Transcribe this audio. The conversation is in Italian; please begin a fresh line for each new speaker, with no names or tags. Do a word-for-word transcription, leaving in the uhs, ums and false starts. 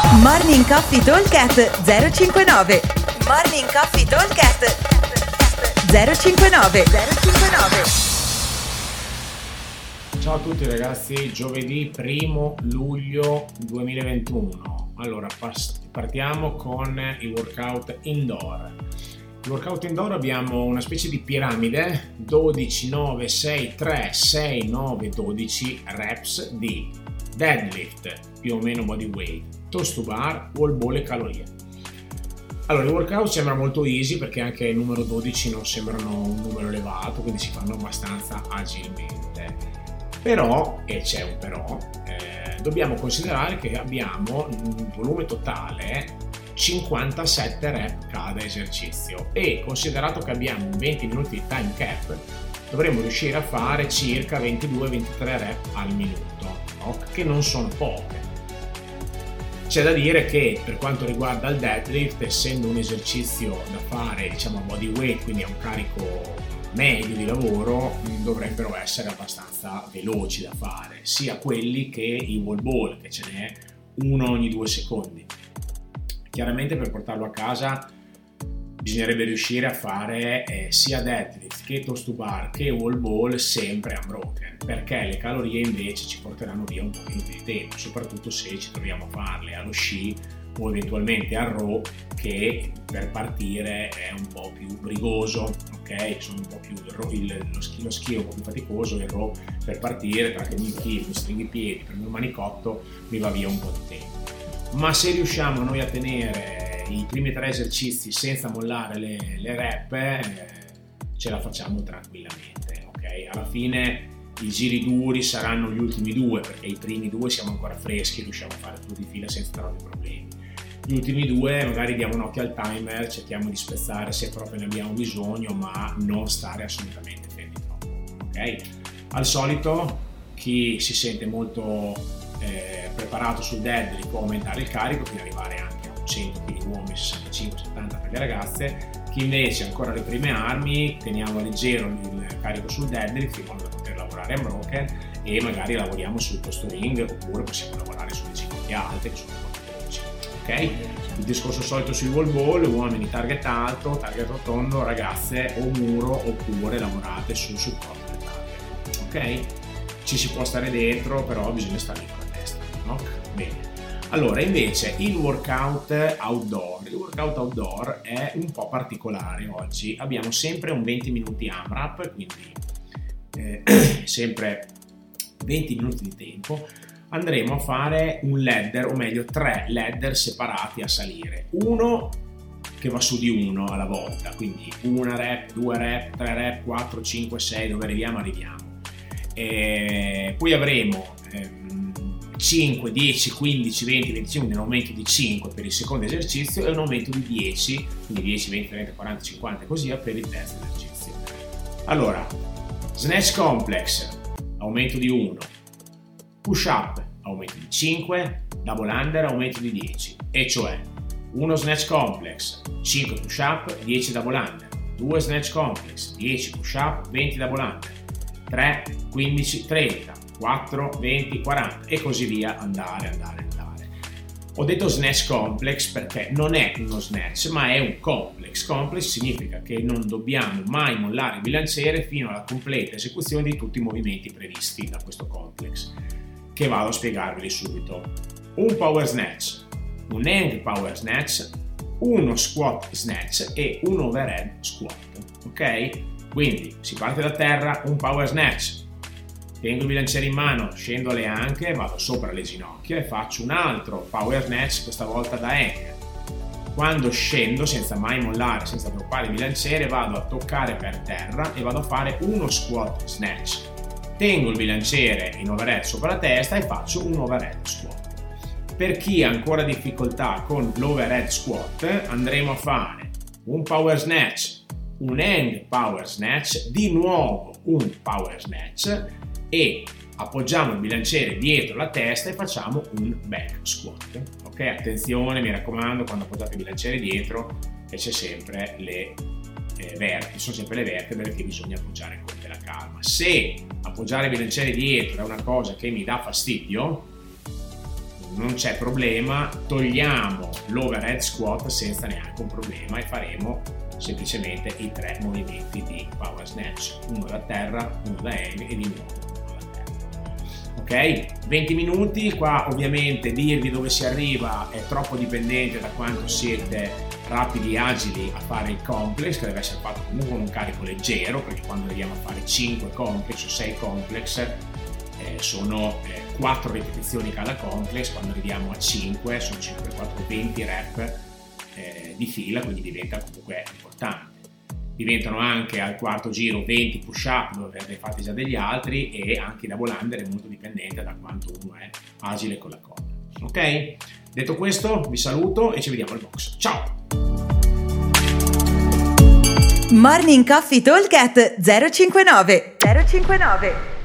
Morning Coffee Talkcast zero cinquantanove. Morning Coffee Talkcast zero cinquantanove. zero cinquantanove.
Ciao a tutti ragazzi, giovedì primo luglio duemilaventuno. Allora partiamo con i workout indoor. Il workout indoor abbiamo una specie di piramide, dodici, nove, sei, tre, sei, nove, dodici reps di deadlift, più o meno body weight, toes to bar, wall ball e calorie. Allora il workout sembra molto easy perché anche il numero dodici non sembrano un numero elevato, quindi si fanno abbastanza agilmente. Però, e c'è un però, eh, dobbiamo considerare che abbiamo un volume totale cinquantasette rep cada esercizio e considerato che abbiamo venti minuti di time cap dovremmo riuscire a fare circa ventidue ventitré rep al minuto, no? Che non sono poche. C'è da dire che per quanto riguarda il deadlift, essendo un esercizio da fare diciamo a body weight, quindi a un carico medio di lavoro, dovrebbero essere abbastanza veloci da fare, sia quelli che i wall ball, che ce n'è uno ogni due secondi. Chiaramente per portarlo a casa bisognerebbe riuscire a fare eh, sia deadlift che toes to bar che wall ball sempre unbroken, perché le calorie invece ci porteranno via un pochino di tempo, soprattutto se ci troviamo a farle allo sci o eventualmente al row, che per partire è un po' più brigoso, ok? Sono un po' più il, il, lo, schi, lo schi è un po' più faticoso, il row per partire, tra che mi inchino, mi stringo i piedi, prendo il manicotto, mi va via un po' di tempo. Ma se riusciamo noi a tenere i primi tre esercizi senza mollare le, le rep, eh, ce la facciamo tranquillamente, ok? Alla fine i giri duri saranno gli ultimi due, perché i primi due siamo ancora freschi, riusciamo a fare tutto di fila senza troppi problemi. Gli ultimi due magari diamo un occhio al timer, cerchiamo di spezzare se proprio ne abbiamo bisogno, ma non stare assolutamente fermi troppo, ok? Al solito chi si sente molto eh, preparato sul deadlift può aumentare il carico fino ad arrivare anche a cento per gli uomini, sessantacinque settanta per le ragazze. Chi invece ha ancora le prime armi, teniamo leggero il carico sul deadlift in modo da poter lavorare unbroken e magari lavoriamo sul posto ring, oppure possiamo lavorare sulle ginocchia alte che sono un po' più veloci. Ok? Il discorso solito sui wall ball: uomini target alto, target rotondo, ragazze o muro, oppure lavorate sul supporto del target. Ok? Ci si può stare dentro, però bisogna stare lì con la testa, no? Bene. Allora, invece il workout outdoor, il workout outdoor è un po' particolare oggi. Abbiamo sempre un venti minuti AMRAP, quindi eh, sempre venti minuti di tempo. Andremo a fare un ladder, o meglio tre ladder separati a salire. Uno che va su di uno alla volta, quindi una rep, due rep, tre rep, quattro, cinque, sei, dove arriviamo arriviamo. E poi avremo ehm, cinque, dieci, quindici, venti, venticinque, un aumento di cinque per il secondo esercizio e un aumento di dieci, quindi dieci, venti, trenta, quaranta, cinquanta e così via per il terzo esercizio. Allora, snatch complex, aumento di uno, push up, aumento di cinque, double under, aumento di dieci, e cioè uno snatch complex, cinque push up, dieci double under, due snatch complex, dieci push up, venti double under, tre, quindici, trenta, quattro, venti, quaranta e così via, andare, andare, andare. Ho detto snatch complex perché non è uno snatch, ma è un complex. Complex significa che non dobbiamo mai mollare il bilanciere fino alla completa esecuzione di tutti i movimenti previsti da questo complex, che vado a spiegarveli subito. Un power snatch, un hang power snatch, uno squat snatch e un overhead squat, ok? Quindi si parte da terra, un power snatch, tengo il bilanciere in mano, scendo alle anche, vado sopra le ginocchia e faccio un altro power snatch, questa volta da hang. Quando scendo, senza mai mollare, senza droppare il bilanciere, vado a toccare per terra e vado a fare uno squat snatch. Tengo il bilanciere in overhead sopra la testa e faccio un overhead squat. Per chi ha ancora difficoltà con l'overhead squat, andremo a fare un power snatch, un hang power snatch, di nuovo un power snatch e appoggiamo il bilanciere dietro la testa e facciamo un back squat. Ok, attenzione, mi raccomando, quando appoggiate il bilanciere dietro che c'è sempre le eh, vertebre, sono sempre le vertebre che bisogna appoggiare con della calma. Se appoggiare il bilanciere dietro è una cosa che mi dà fastidio, non c'è problema, togliamo l'overhead squat senza neanche un problema e faremo semplicemente i tre movimenti di power snatch, uno da terra, uno da heavy e di nuovo uno da terra. Ok? venti minuti, qua ovviamente dirvi dove si arriva è troppo dipendente da quanto siete rapidi e agili a fare il complex, che deve essere fatto comunque con un carico leggero, perché quando arriviamo a fare cinque complex o sei complex eh, sono eh, quattro ripetizioni cada complex, quando arriviamo a cinque sono cinque, quattro, venti rep eh, di fila, quindi diventa comunque importante. Diventano anche al quarto giro venti push up dove avete fatti già degli altri, e anche i double under è molto dipendente da quanto uno è agile con la corda. Ok? Detto questo vi saluto e ci vediamo al box. Ciao!
Morning Coffee Talk at zero cinquantanove zero cinquantanove